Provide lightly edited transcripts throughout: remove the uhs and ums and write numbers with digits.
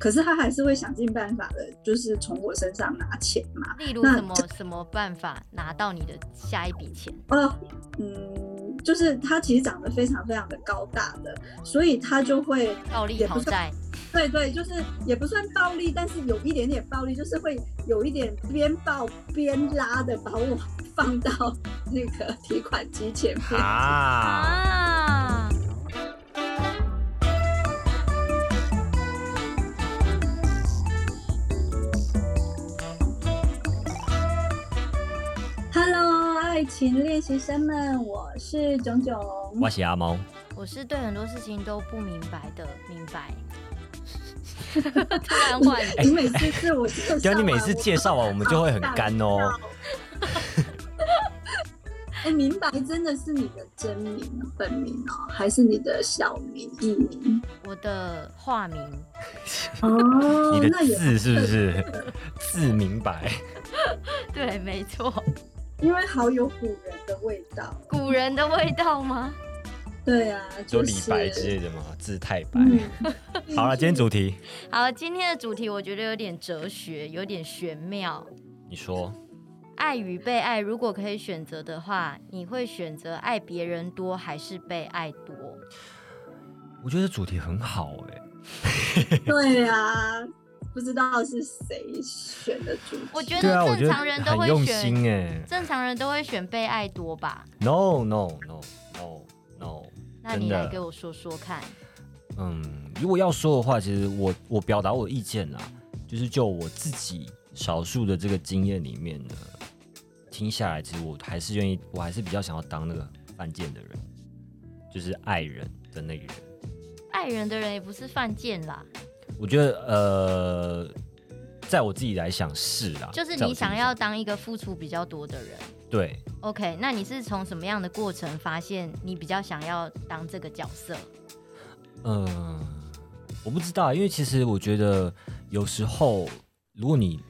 可是他还是会想尽办法的，就是从我身上拿钱嘛。 例如什么办法拿到你的下一笔钱？ 就是他其实长得非常非常的高大的，所以他就会暴力讨债。 对对，就是也不算暴力，但是有一点点暴力，就是会有一点边抱边拉的把我放到那个提款机前面啊。 Hello， 爱情练习生们，我是炯炯， 我是阿猫， 我是对很多事情都不明白的明白。突然换你每次是我介绍完， 你每次介绍完我们就会很干哦。 明白真的是你的真名本名哦，还是你的小名艺名？ 我的化名。 哦， 你的字是不是字明白？ 对，没错。 因为好有古人的味道。 古人的味道吗？ 对啊， 就李白之类的嘛，字太白。好了，今天主题。 好，今天的主题我觉得有点哲学，有点玄妙。 你说， 爱与被爱，如果可以选择的话，你会选择爱别人多还是被爱多？ 我觉得主题很好对啊，不知道是谁选的主题。 我觉得正常人都会选，很用心正常人都会选被爱多吧 ？No。 那你来给我说说看。 如果要说的话，其实我表达我的意见啦，就是就我自己少数的这个经验里面呢，听下来，其实我还是比较想要当那个犯贱的人，就是爱人的那个人。 爱人的人也不是犯贱啦。 我觉得在我自己来想是啦， 就是你想要当一个付出比较多的人。 对 ，OK， 那你是从什么样的过程发现你比较想要当这个角色？ 我不知道，因为其实我觉得有时候，如果你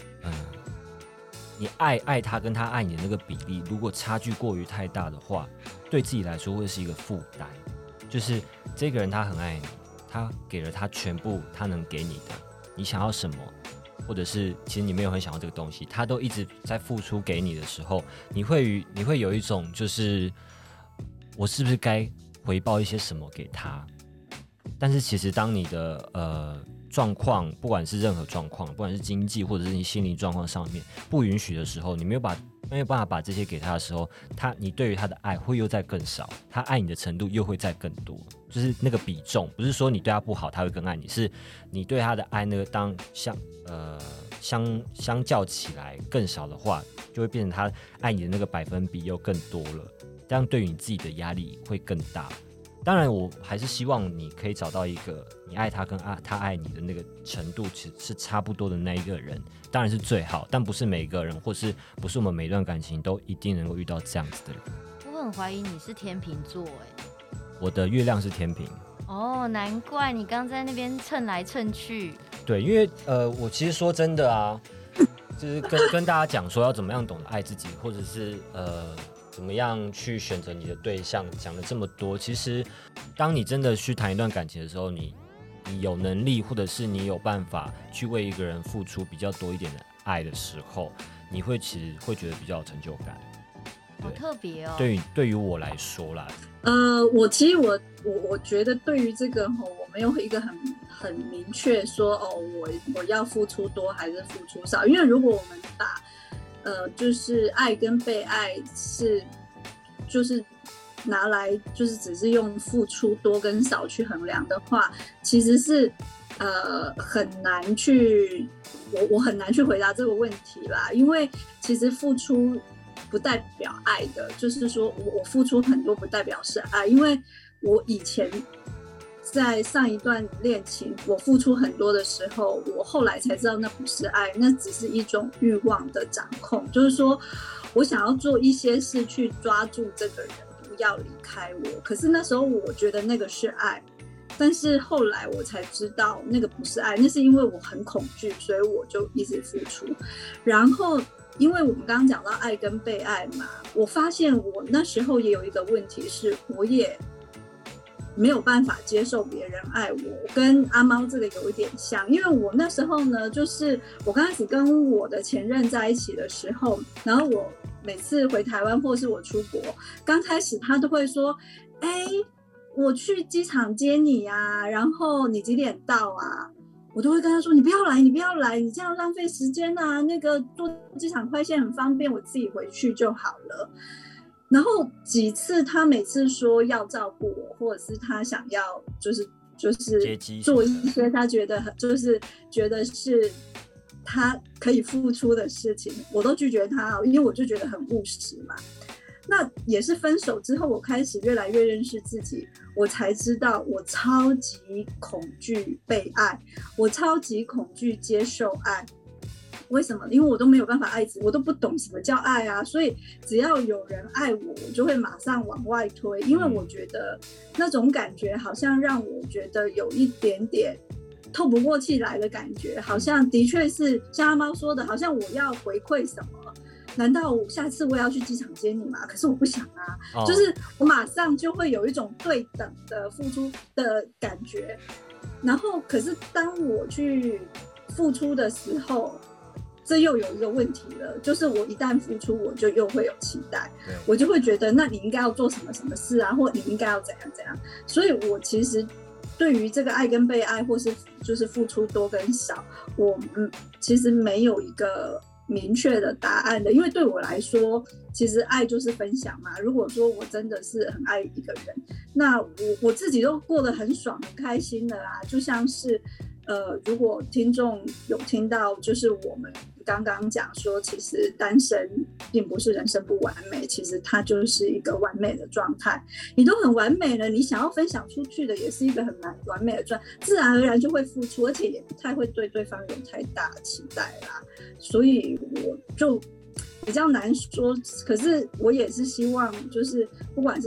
爱他跟他爱你的那个比例，如果差距过于太大的话，对自己来说会是一个负担。就是这个人他很爱你，他给了他全部他能给你的，你想要什么？或者是其实你没有很想要这个东西，他都一直在付出给你的时候，你会有一种就是我是不是该回报一些什么给他？但是其实当你的状况，不管是任何状况，不管是经济或者是你心理状况上面不允许的时候，你没有办法把这些给他的时候，你对于他的爱会又再更少，他爱你的程度又会再更多，就是那个比重，不是说你对他不好他会更爱你，是你对他的爱那个当相较起来更少的话，就会变成他爱你的那个百分比又更多了，这样对于你自己的压力会更大。当然我还是希望你可以找到一个你爱他跟他爱你的那个程度其实是差不多的那一个人，当然是最好，但不是每个人或是不是我们每一段感情都一定能够遇到这样子的人。 我很怀疑你是天秤座我的月亮是天秤。 哦，难怪你刚在那边蹭来蹭去。 对，因为我其实说真的啊，就是跟大家讲说要怎么样懂得爱自己，或者是怎么样去选择你的对象，讲了这么多，其实当你真的去谈一段感情的时候，你有能力或者是你有办法去为一个人付出比较多一点的爱的时候，你其实会觉得比较有成就感。 好特别哦。 对于我来说啦， 其实我觉得对于这个我没有一个很明确说我要付出多还是付出少，因为如果我们把就是爱跟被爱就是拿来就是只是用付出多跟少去衡量的话，其实是很难去我很难去回答这个问题啦，因为其实付出不代表爱的，就是说我付出很多不代表是爱，因为我以前在上一段恋情我付出很多的时候，我后来才知道那不是爱，那只是一种欲望的掌控，就是说我想要做一些事去抓住这个人不要离开我，可是那时候我觉得那个是爱，但是后来我才知道那个不是爱，那是因为我很恐惧，所以我就一直付出。然后因为我们刚刚讲到爱跟被爱嘛，我发现我那时候也有一个问题是，我也没有办法接受别人爱我，跟阿猫这个有一点像。因为我那时候呢，就是我刚开始跟我的前任在一起的时候，然后我每次回台湾或是我出国，刚开始他都会说，我去机场接你啊，然后你几点到啊？我都会跟他说，你不要来，你不要来，你这样浪费时间啊，那个坐机场快线很方便，我自己回去就好了。然后几次他每次说要照顾我，或者是他想要就是做一些他觉得是他可以付出的事情，我都拒绝他，因为我就觉得很务实嘛。那也是分手之后，我开始越来越认识自己，我才知道我超级恐惧被爱，我超级恐惧接受爱。为什么？因为我都没有办法爱自己，我都不懂什么叫爱啊，所以只要有人爱我，我就会马上往外推，因为我觉得那种感觉好像让我觉得有一点点透不过气来的感觉，好像的确是像阿猫说的，好像我要回馈什么，难道下次我也要去机场接你吗？可是我不想啊，就是我马上就会有一种对等的付出的感觉，然后可是当我去付出的时候，这又有一个问题了，就是我一旦付出，我就又会有期待，我就会觉得那你应该要做什么什么事啊，或你应该要怎样怎样。所以我其实对于这个爱跟被爱，或是就是付出多跟少，我其实没有一个明确的答案的，因为对我来说，其实爱就是分享嘛。如果说我真的是很爱一个人，那我自己都过得很爽很开心的啦，就像是如果听众有听到，就是我们刚刚讲说，其实单身并不是人生不完美，其实它就是一个完美的状态。你都很完美了，你想要分享出去的也是一个很完美的状态，自然而然就会付出，而且也不太会对对方有太大的期待啦。所以我就比较难说，可是我也是希望，就是不管是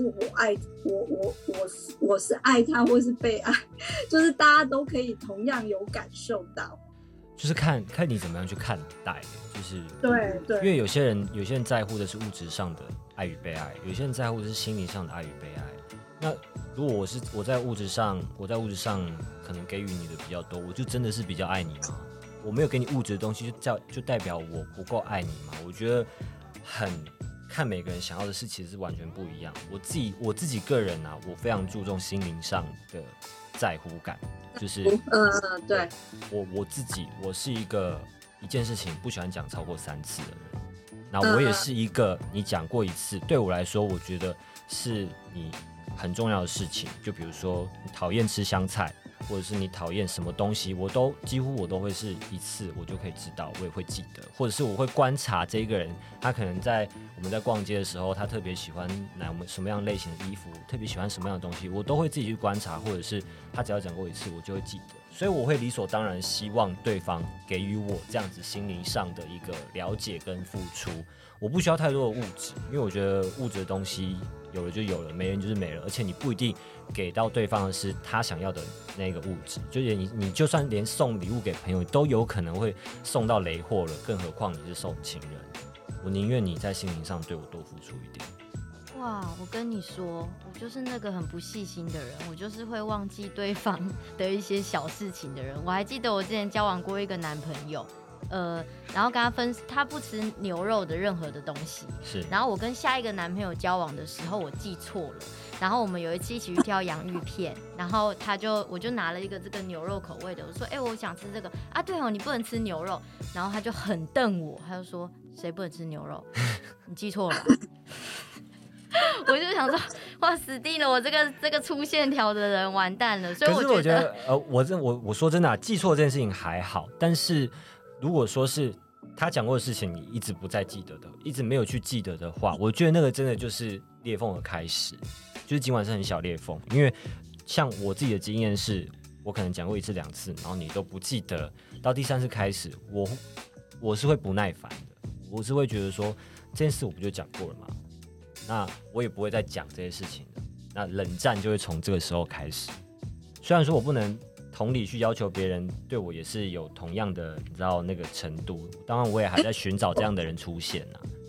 我是爱他或是被爱，就是大家都可以同样有感受到。 就是看你怎么样去看待，就是对， 因为有些人在乎的是物质上的爱与被爱，有些人在乎的是心理上的爱与被爱。那如果我在物质上可能给予你的比较多，我就真的是比较爱你吗？我没有给你物质的东西，就代表我不够爱你吗？我觉得很看每个人想要的事其实是完全不一样。我自己个人啊，我非常注重心灵上的在乎感，就是对， 我是一件事情不喜欢讲超过3次的人。那我也是一个你讲过1次，对我来说，我觉得是你很重要的事情。就比如说你讨厌吃香菜，或者是你讨厌什么东西，几乎我都会是1次我就可以知道，我也会记得，或者是我会观察这个人，他可能我们在逛街的时候，他特别喜欢买我们什么样类型的衣服，特别喜欢什么样的东西，我都会自己去观察，或者是他只要讲过1次，我就会记得。所以我会理所当然希望对方给予我这样子心灵上的一个了解跟付出。我不需要太多的物质，因为我觉得物质的东西有了就有了，没人就是没了，而且你不一定给到对方的是他想要的那个物质，就是你就算连送礼物给朋友都有可能会送到雷货了，更何况你是送情人。我宁愿你在心灵上对我多付出一点。 哇，我跟你说，我就是那个很不细心的人，我就是会忘记对方的一些小事情的人。我还记得我之前交往过一个男朋友，然后跟他不吃牛肉的任何的东西， 是。 然后我跟下一个男朋友交往的时候，我记错了。然后我们有一次一起去挑洋芋片，然后我就拿了一个这个牛肉口味的，我说我想吃这个啊，对哦，你不能吃牛肉。然后他就很瞪我，他就说谁不能吃牛肉？你记错了吧。我就想说，哇，死定了！我这个粗线条的人完蛋了。所以我觉得， 我说真的啊，记错这件事情还好，但是如果说是他讲过的事情，你一直不再记得的，一直没有去记得的话，我觉得那个真的就是裂缝的开始，就是尽管是很小裂缝，因为像我自己的经验是，我可能讲过1次2次，然后你都不记得，到第3次开始，我是会不耐烦的，我是会觉得说这件事我不就讲过了吗？那我也不会再讲这些事情的，那冷战就会从这个时候开始。虽然说我不能同理去要求别人对我也是有同样的，你知道那个程度，当然我也还在寻找这样的人出现啊。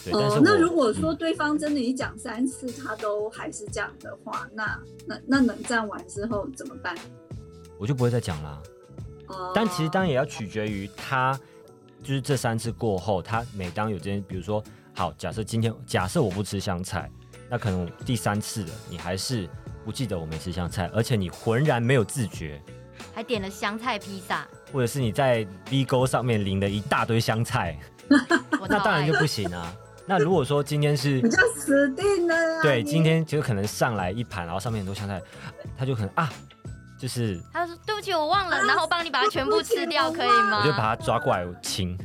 对，但是那如果说对方真的你讲3次他都还是这样的话，那冷战完之后怎么办？ 我就不会再讲啦。但其实当然也要取决于他，就是这3次过后，他每当有这件，比如说，好，假设我不吃香菜，那可能第3次了，你还是不记得我没吃香菜，而且你浑然没有自觉， 还点了香菜披萨， 或者是你在 Vigo 上面淋了一大堆香菜，那当然就不行啊。那如果说今天是你就死定了啊！ 对，今天就可能上来一盘，然后上面很多香菜，他就可能就是他说对不起我忘了，然后帮你把它全部吃掉，可以吗？ 我就把它抓过来清。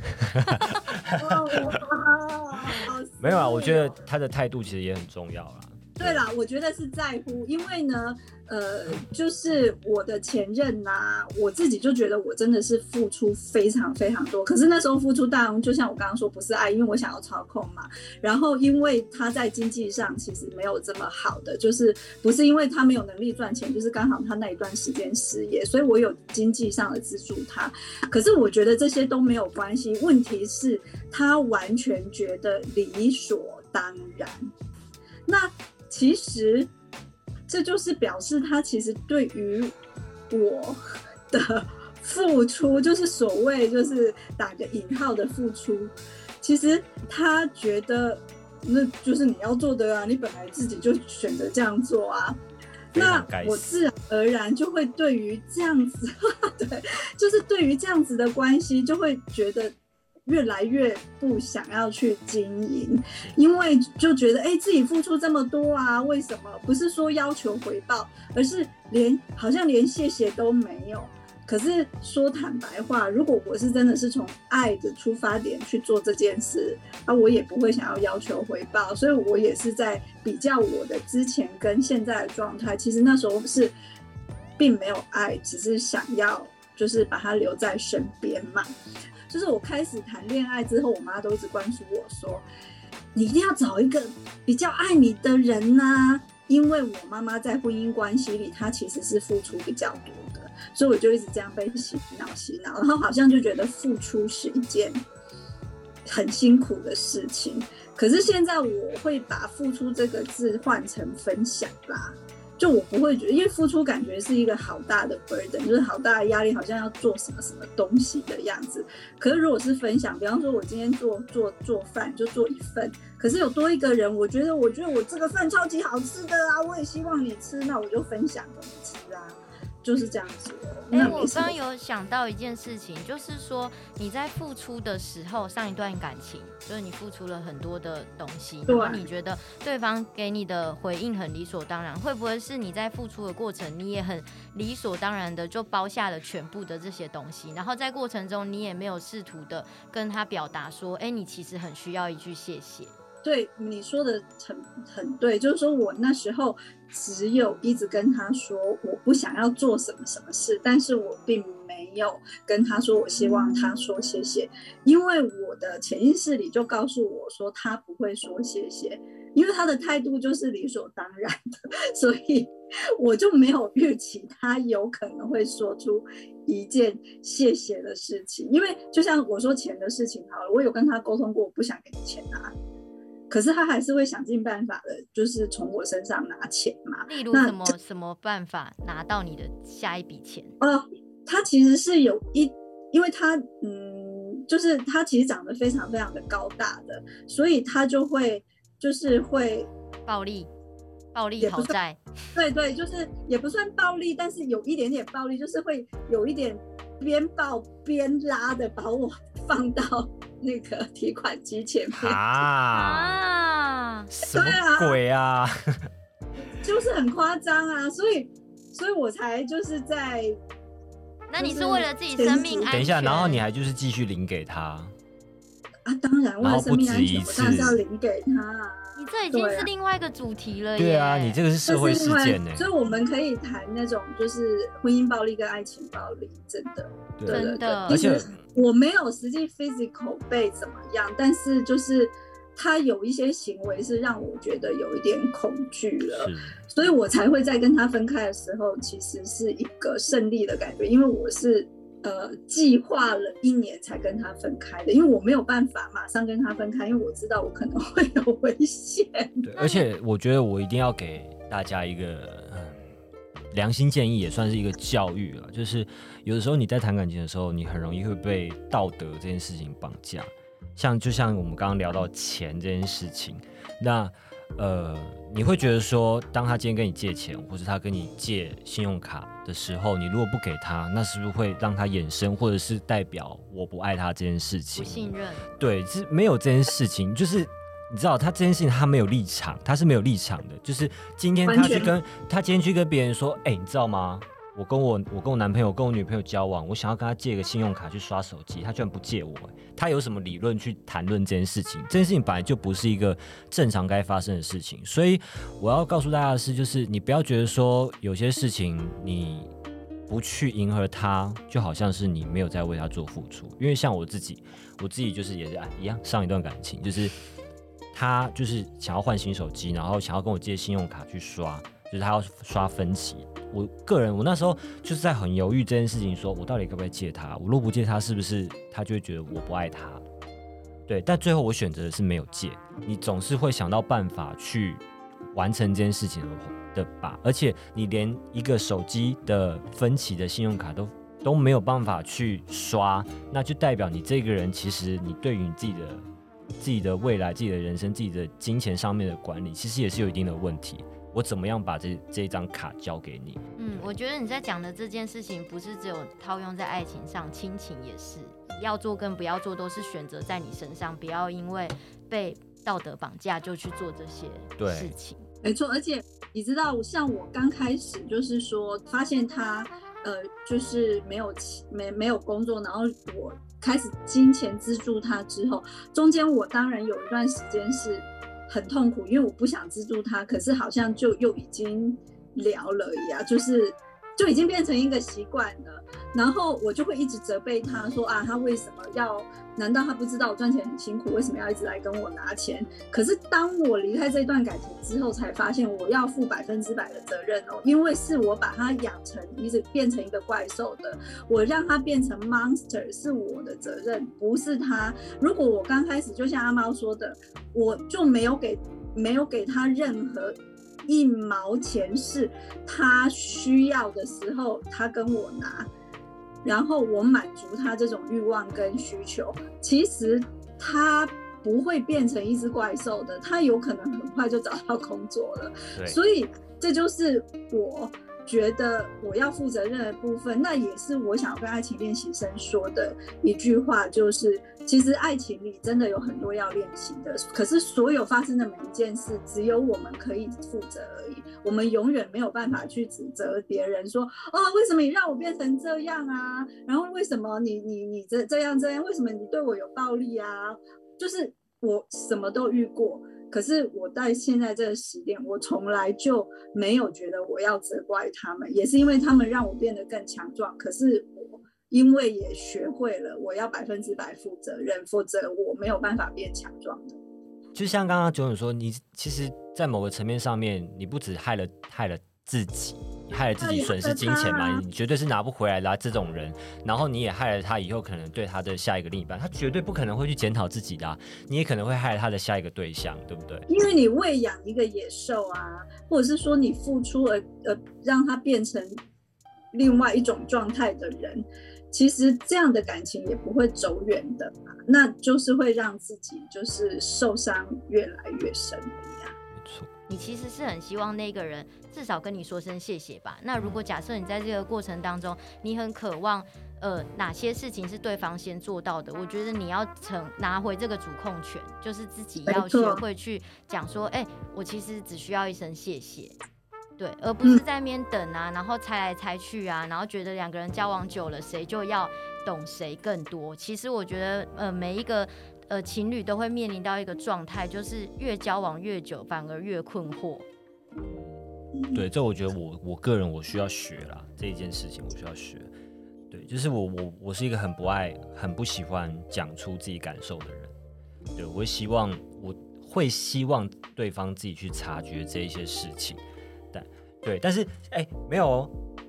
没有啊，我觉得他的态度其实也很重要啦。 对啦，我觉得是在乎，因为呢，就是我的前任啊，我自己就觉得我真的是付出非常非常多，可是那时候付出当然就像我刚刚说不是爱，因为我想要操控嘛，然后因为他在经济上其实没有这么好的，就是不是因为他没有能力赚钱，就是刚好他那一段时间失业，所以我有经济上的资助他，可是我觉得这些都没有关系，问题是他完全觉得理所当然，那其实这就是表示他其实对于我的付出，就是所谓就是打个引号的付出，其实他觉得那就是你要做的啊，你本来自己就选择这样做啊，那我自然而然就会对于这样子对，就是对于这样子的关系就会觉得越来越不想要去经营，因为就觉得自己付出这么多啊，为什么不是说要求回报，而是好像连谢谢都没有。可是说坦白话，如果我是真的是从爱的出发点去做这件事啊，我也不会想要求回报，所以我也是在比较我的之前跟现在的状态，其实那时候是并没有爱，只是想要就是把他留在身边嘛。就是我开始谈恋爱之后，我妈都一直灌输我说，你一定要找一个比较爱你的人啊，因为我妈妈在婚姻关系里，她其实是付出比较多的，所以我就一直这样被洗脑，然后好像就觉得付出是一件很辛苦的事情。可是现在我会把付出这个字换成分享啦。就我不会觉得，因为付出感觉是一个好大的 burden， 就是好大的压力，好像要做什么什么东西的样子。可是如果是分享，比方说我今天做饭就做1份，可是有多一个人，我觉得我这个饭超级好吃的啊，我也希望你吃，那我就分享给你吃啊，就是这样子。 我刚刚有想到一件事情，就是说你在付出的时候，上一段感情就是你付出了很多的东西，然后你觉得对方给你的回应很理所当然，会不会是你在付出的过程，你也很理所当然的就包下了全部的这些东西，然后在过程中你也没有试图的跟他表达说，你其实很需要一句谢谢。 对，你说的很对，就是说我那时候只有一直跟他说我不想要做什么什么事，但是我并没有跟他说我希望他说谢谢，因为我的潜意识里就告诉我说他不会说谢谢，因为他的态度就是理所当然的，所以我就没有预期他有可能会说出一件谢谢的事情，因为就像我说钱的事情好了，我有跟他沟通过我不想给你钱啊，可是他还是会想尽办法的，就是从我身上拿钱嘛。 例如什么办法拿到你的下一笔钱？ 他其实是因为他就是他其实长得非常非常的高大的，所以他就是会暴力讨债。 对，就是也不算暴力，但是有一点点暴力，就是会有一点边抱边拉的把我放到那个提款机前面什么鬼啊？ 就是很夸张啊，所以我才就是在。 那你是为了自己生命安全？ 等一下，然后你还就是继续领给他啊？当然，为了生命安全，我当然是要领给他啊。 你这已经是另外一个主题了耶。 对啊，你这个是社会事件呢。 所以我们可以谈那种就是婚姻暴力跟爱情暴力，真的， 真的。 而且我没有实际 physical 被怎么样，但是就是他有一些行为是让我觉得有一点恐惧了，所以我才会在跟他分开的时候，其实是一个胜利的感觉，因为我是计划了1年才跟他分开的，因为我没有办法马上跟他分开，因为我知道我可能会有危险。 对，而且我觉得我一定要给大家一个良心建议，也算是一个教育了，就是有的时候你在谈感情的时候，你很容易会被道德这件事情绑架，就像我们刚刚聊到钱这件事情，那你会觉得说，当他今天跟你借钱，或者他跟你借信用卡的时候，你如果不给他，那是不是会让他衍生，或者是代表我不爱他这件事情？ 不信任。对， 是没有这件事情，就是你知道，他这件事情他没有立场，他是没有立场的。就是今天他今天去跟别人说，你知道吗？我跟我男朋友跟我女朋友交往，我想要跟他借个信用卡去刷手机，他居然不借我，他有什么理论去谈论这件事情？这件事情本来就不是一个正常该发生的事情，所以我要告诉大家的是，就是你不要觉得说有些事情你不去迎合他，就好像是你没有在为他做付出。因为像我自己就是也是一样，上一段感情就是他就是想要换新手机，然后想要跟我借信用卡去刷，就是他要刷分期。我个人，我那时候就是在很犹豫这件事情，说我到底可不可以借他？我若不借他，是不是他就会觉得我不爱他？对，但最后我选择的是没有借。你总是会想到办法去完成这件事情的吧？而且你连一个手机的分期的信用卡都没有办法去刷，那就代表你这个人其实你对于你自己的未来、自己的人生、自己的金钱上面的管理，其实也是有一定的问题。我怎么样把这张卡交给你？ 我觉得你在讲的这件事情，不是只有套用在爱情上，亲情也是，要做跟不要做都是选择在你身上，不要因为被道德绑架就去做这些事情。 没错，而且你知道，像我刚开始就是说，发现他就是没有工作，然后我开始金钱资助他之后，中间我当然有一段时间是很痛苦，因为我不想资助他，可是好像就又已经聊了一样，就已经变成一个习惯了。然后我就会一直责备他说他为什么难道他不知道我赚钱很辛苦，为什么要一直来跟我拿钱？可是当我离开这段感情之后，才发现我要负100%的责任因为是我把他养成变成一个怪兽的，我让他变成 monster 是我的责任，不是他。如果我刚开始就像阿猫说的，我就没有给他任何1毛钱是他需要的时候他跟我拿，然后我满足他这种欲望跟需求，其实他不会变成一只怪兽的，他有可能很快就找到工作了。所以这就是我觉得我要负责任的部分，那也是我想要跟爱情练习生说的一句话，就是其实爱情里真的有很多要练习的，可是所有发生的每一件事只有我们可以负责而已，我们永远没有办法去指责别人说为什么你让我变成这样啊，然后为什么你这样，为什么你对我有暴力啊，就是我什么都遇过。可是我在现在这个时点，我从来就没有觉得我要责怪他们，也是因为他们让我变得更强壮。可是我因为也学会了我要100%负责任，否则我没有办法变强壮的。 就像刚刚9说，你其实在某个层面上面，你不只害了自己，你害了自己损失金钱嘛，你绝对是拿不回来的这种人，然后你也害了他以后可能对他的下一个另一半，他绝对不可能会去检讨自己的你也可能会害了他的下一个对象，对不对？ 因为你喂养一个野兽或者是说你付出而让他变成另外一种状态的人，其实这样的感情也不会走远的嘛，那就是会让自己就是受伤越来越深的一样。 没错， 你其实是很希望那个人至少跟你说声谢谢吧。那如果假设你在这个过程当中，你很渴望哪些事情是对方先做到的，我觉得你要拿回这个主控权，就是自己要学会去讲说我其实只需要一声谢谢，对，而不是在那边等然后猜来猜去然后觉得两个人交往久了谁就要懂谁更多。其实我觉得每一个情侣都会面临到一个状态，就是越交往越久反而越困惑。 对，这我觉得我个人我需要学啦，这一件事情我需要学。对，就是我是一个很不喜欢讲出自己感受的人。对，我会希望对方自己去察觉这一些事情。但是没有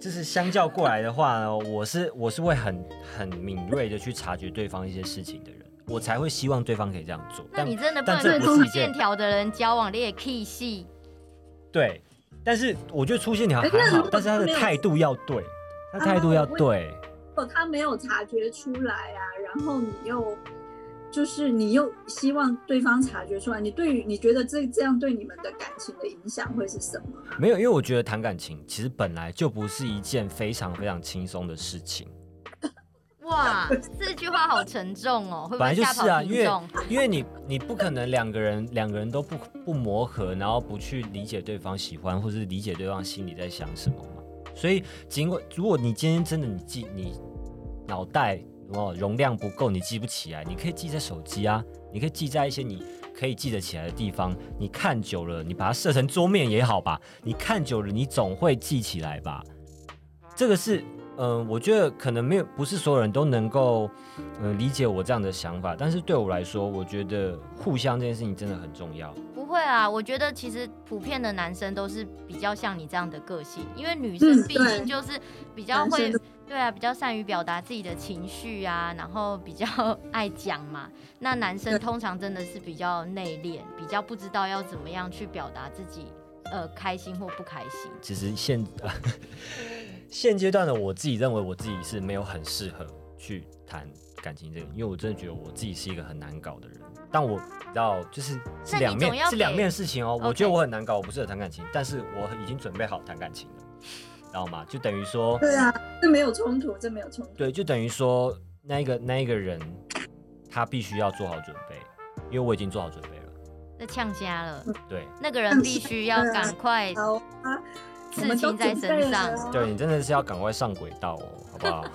就是相较过来的话呢，我是会很敏锐的去察觉对方一些事情的人，我才会希望对方可以这样做。 那你真的不能跟粗线条的人交往，你也 key 戏。 对，但是我觉得粗线条还好，但是他的态度要对，他态度要对。 如果他没有察觉出来啊，然后你又希望对方察觉出来，你觉得这样对你们的感情的影响会是什么？ 没有，因为我觉得谈感情其实本来就不是一件非常非常轻松的事情。 哇，这句话好沉重哦，会不会吓跑听众？ 因为你不可能两个人都不磨合，然后不去理解对方喜欢，或是理解对方心里在想什么嘛。所以如果你今天真的你脑袋容量不够，你记不起来，你可以记在手机啊，你可以记在一些你可以记得起来的地方。你看久了，你把它设成桌面也好吧，你看久了，你总会记起来吧。这个是我觉得可能不是所有人都能够理解我这样的想法，但是对我来说，我觉得互相这件事情真的很重要。 不会啊，我觉得其实普遍的男生都是比较像你这样的个性，因为女生毕竟就是比较会。对啊，比较善于表达自己的情绪啊，然后比较爱讲嘛。那男生通常真的是比较内敛，比较不知道要怎么样去表达自己开心或不开心。 其实现阶段的我自己认为我自己是没有很适合去谈感情这个，因为我真的觉得我自己是一个很难搞的人。但我知道就是两面事情哦。我觉得我很难搞，我不适合谈感情，但是我已经准备好谈感情了。知道吗？就等于说， 对啊，这没有冲突。 对，就等于说那一个人，他必须要做好准备，因为我已经做好准备了。 那呛瞎了。 对， 那个人必须要赶快刺青在身上。 对，你真的是要赶快上轨道哦，好不好？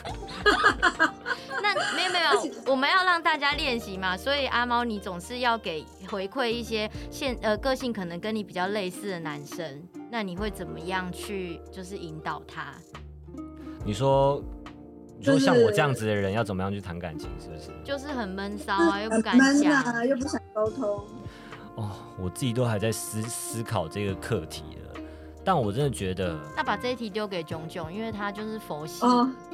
那没有，我们要让大家练习嘛，所以阿猫你总是要回馈一些个性可能跟你比较类似的男生，那你会怎么样去就是引导他？你说像我这样子的人要怎么样去谈感情，是不是？就是很闷骚啊，又不敢讲， 又不想沟通。 我自己都还在思考这个课题了，但我真的觉得， 那把这一题丢给炯炯，因为他就是佛系。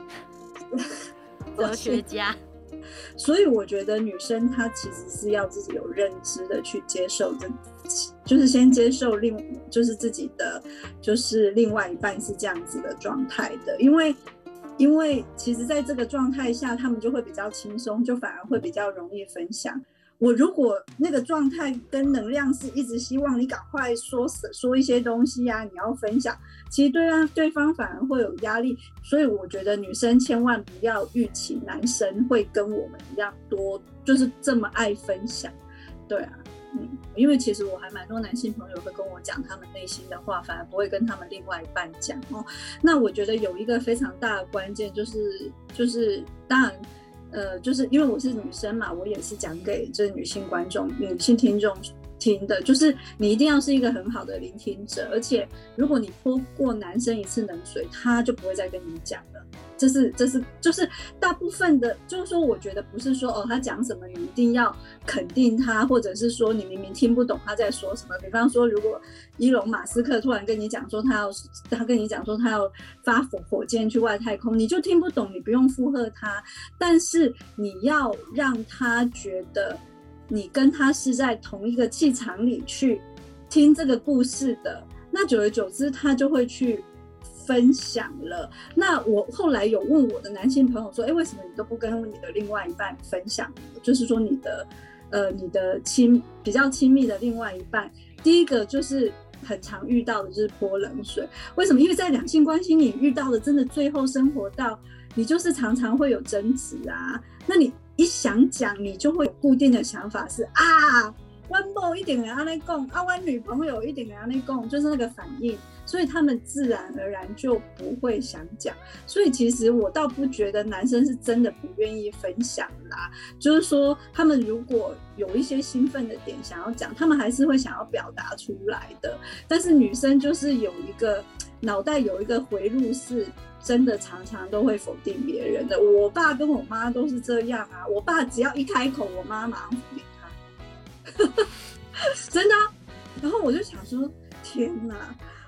哲学家， 所以我觉得女生她其实是要自己有认知的去接受就是先接受就是自己的就是另外一半是这样子的状态的，因为其实在这个状态下，他们就会比较轻松，就反而会比较容易分享。我如果那个状态跟能量是一直希望你赶快说一些东西啊，你要分享，其实对方反而会有压力。所以我觉得女生千万不要预期男生会跟我们一样多，就是这么爱分享。对啊，因为其实我还蛮多男性朋友会跟我讲他们内心的话，反而不会跟他们另外一半讲哦。那我觉得有一个非常大的关键就是当然。就是因为我是女生嘛，我也是讲给这女性观众、女性听众听的，就是你一定要是一个很好的聆听者，而且如果你泼过男生一次冷水，他就不会再跟你讲了。这是就是大部分的，就是说我觉得不是说他讲什么你一定要肯定他，或者是说你明明听不懂他在说什么。比方说，如果伊隆马斯克突然跟你讲说他跟你讲说他要发火箭去外太空，你就听不懂，你不用附和他，但是你要让他觉得你跟他是在同一个气场里去听这个故事的，那久而久之他就会去分享了。那我后来有问我的男性朋友说，为什么你都不跟你的另外一半分享？就是说你的比较亲密的另外一半，第一个就是很常遇到的就是泼冷水。为什么？因为在两性关系你遇到的真的最后生活到你就是常常会有争执啊，那你一想讲你就会有固定的想法是我某一定会这样说我女朋友一定会这样说，就是那个反应，所以他们自然而然就不会想讲。所以其实我倒不觉得男生是真的不愿意分享啦，就是说他们如果有一些兴奋的点想要讲，他们还是会想要表达出来的。但是女生就是有一个脑袋有一个回路是真的常常都会否定别人的。我爸跟我妈都是这样啊，我爸只要一开口，我妈马上否定他真的啊。然后我就想说天哪，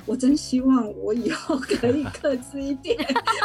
我真希望我以后可以克制一点，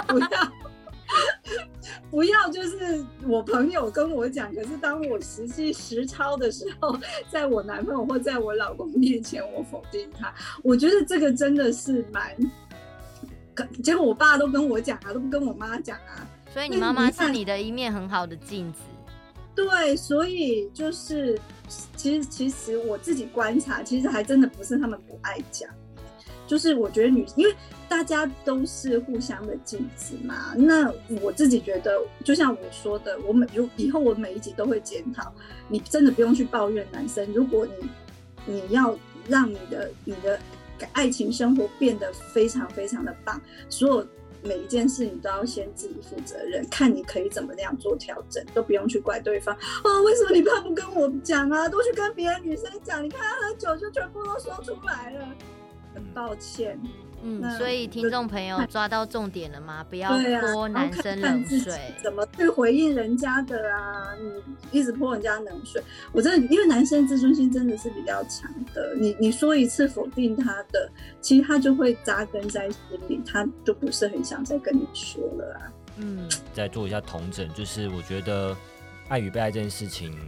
不要就是我朋友跟我讲，可是当我实际实操的时候，在我男朋友或在我老公面前，我否定他。我觉得这个真的是结果我爸都跟我讲啊，都不跟我妈讲啊。 所以你妈妈是你的一面很好的镜子。 对，所以就是其实我自己观察，其实还真的不是他们不爱讲，就是我觉得因为大家都是互相的镜子嘛。那我自己觉得，就像我说的，以后我每一集都会检讨，你真的不用去抱怨男生。如果你要让你的爱情生活变得非常非常的棒，所有每一件事你都要先自己负责任，看你可以怎么样做调整，都不用去怪对方为什么你爸不跟我讲啊，都去跟别的女生讲，你看他喝酒就全部都说出来了，很抱歉。 所以听众朋友抓到重点了吗？不要泼男生冷水， 怎么去回应人家的啊？你一直泼人家冷水，我真的因为男生自尊心真的是比较强的，你说一次否定他的，其实他就会扎根在心里，他就不是很想再跟你说了啊。 再做一下统整，就是我觉得爱与被爱这件事情，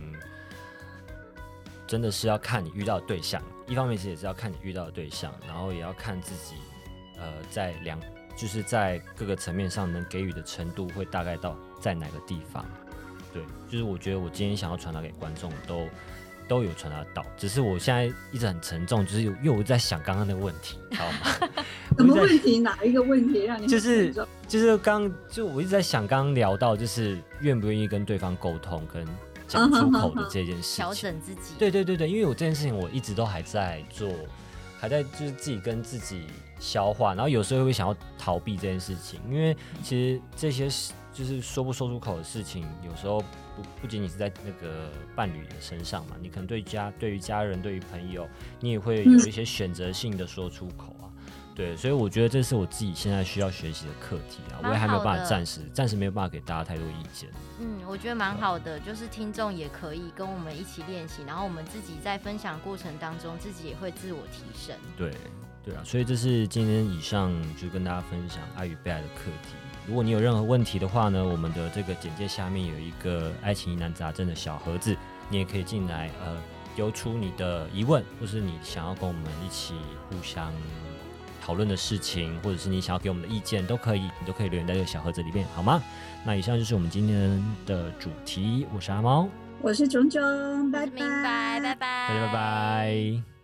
真的是要看你遇到的对象，一方面也是要看你遇到的对象，然后也要看自己。就是在各个层面上能给予的程度会大概在哪个地方。对，就是我觉得我今天想要传达给观众都有传达到，只是我现在一直很沉重，就是因为我在想刚刚那个问题，知道吗？ 什么问题？哪一个问题让你很沉重？ 就是我一直在想刚刚聊到就是愿不愿意跟对方沟通跟讲出口的这件事情， 调整自己。 对，因为我这件事情我一直都还在做，还在就是自己跟自己消化，然后有时候会想要逃避这件事情，因为其实这些就是说不说出口的事情，有时候不仅仅是在那个伴侣的身上嘛，你可能对于家人、对于朋友，你也会有一些选择性的说出口啊。对，所以我觉得这是我自己现在需要学习的课题啊，我也还没有办法暂时没有办法给大家太多意见。 我觉得蛮好的，就是听众也可以跟我们一起练习，然后我们自己在分享过程当中，自己也会自我提升。对啊，所以这是今天以上就跟大家分享爱与被爱的课题。如果你有任何问题的话呢，我们的这个简介下面有一个爱情疑难杂症的小盒子，你也可以进来丢出你的疑问，或是你想要跟我们一起互相讨论的事情，或者是你想要给我们的意见都可以，你都可以留言在这个小盒子里面，好吗？那以上就是我们今天的主题，我是阿猫， 我是炯炯，拜拜， 拜拜， 大家拜拜。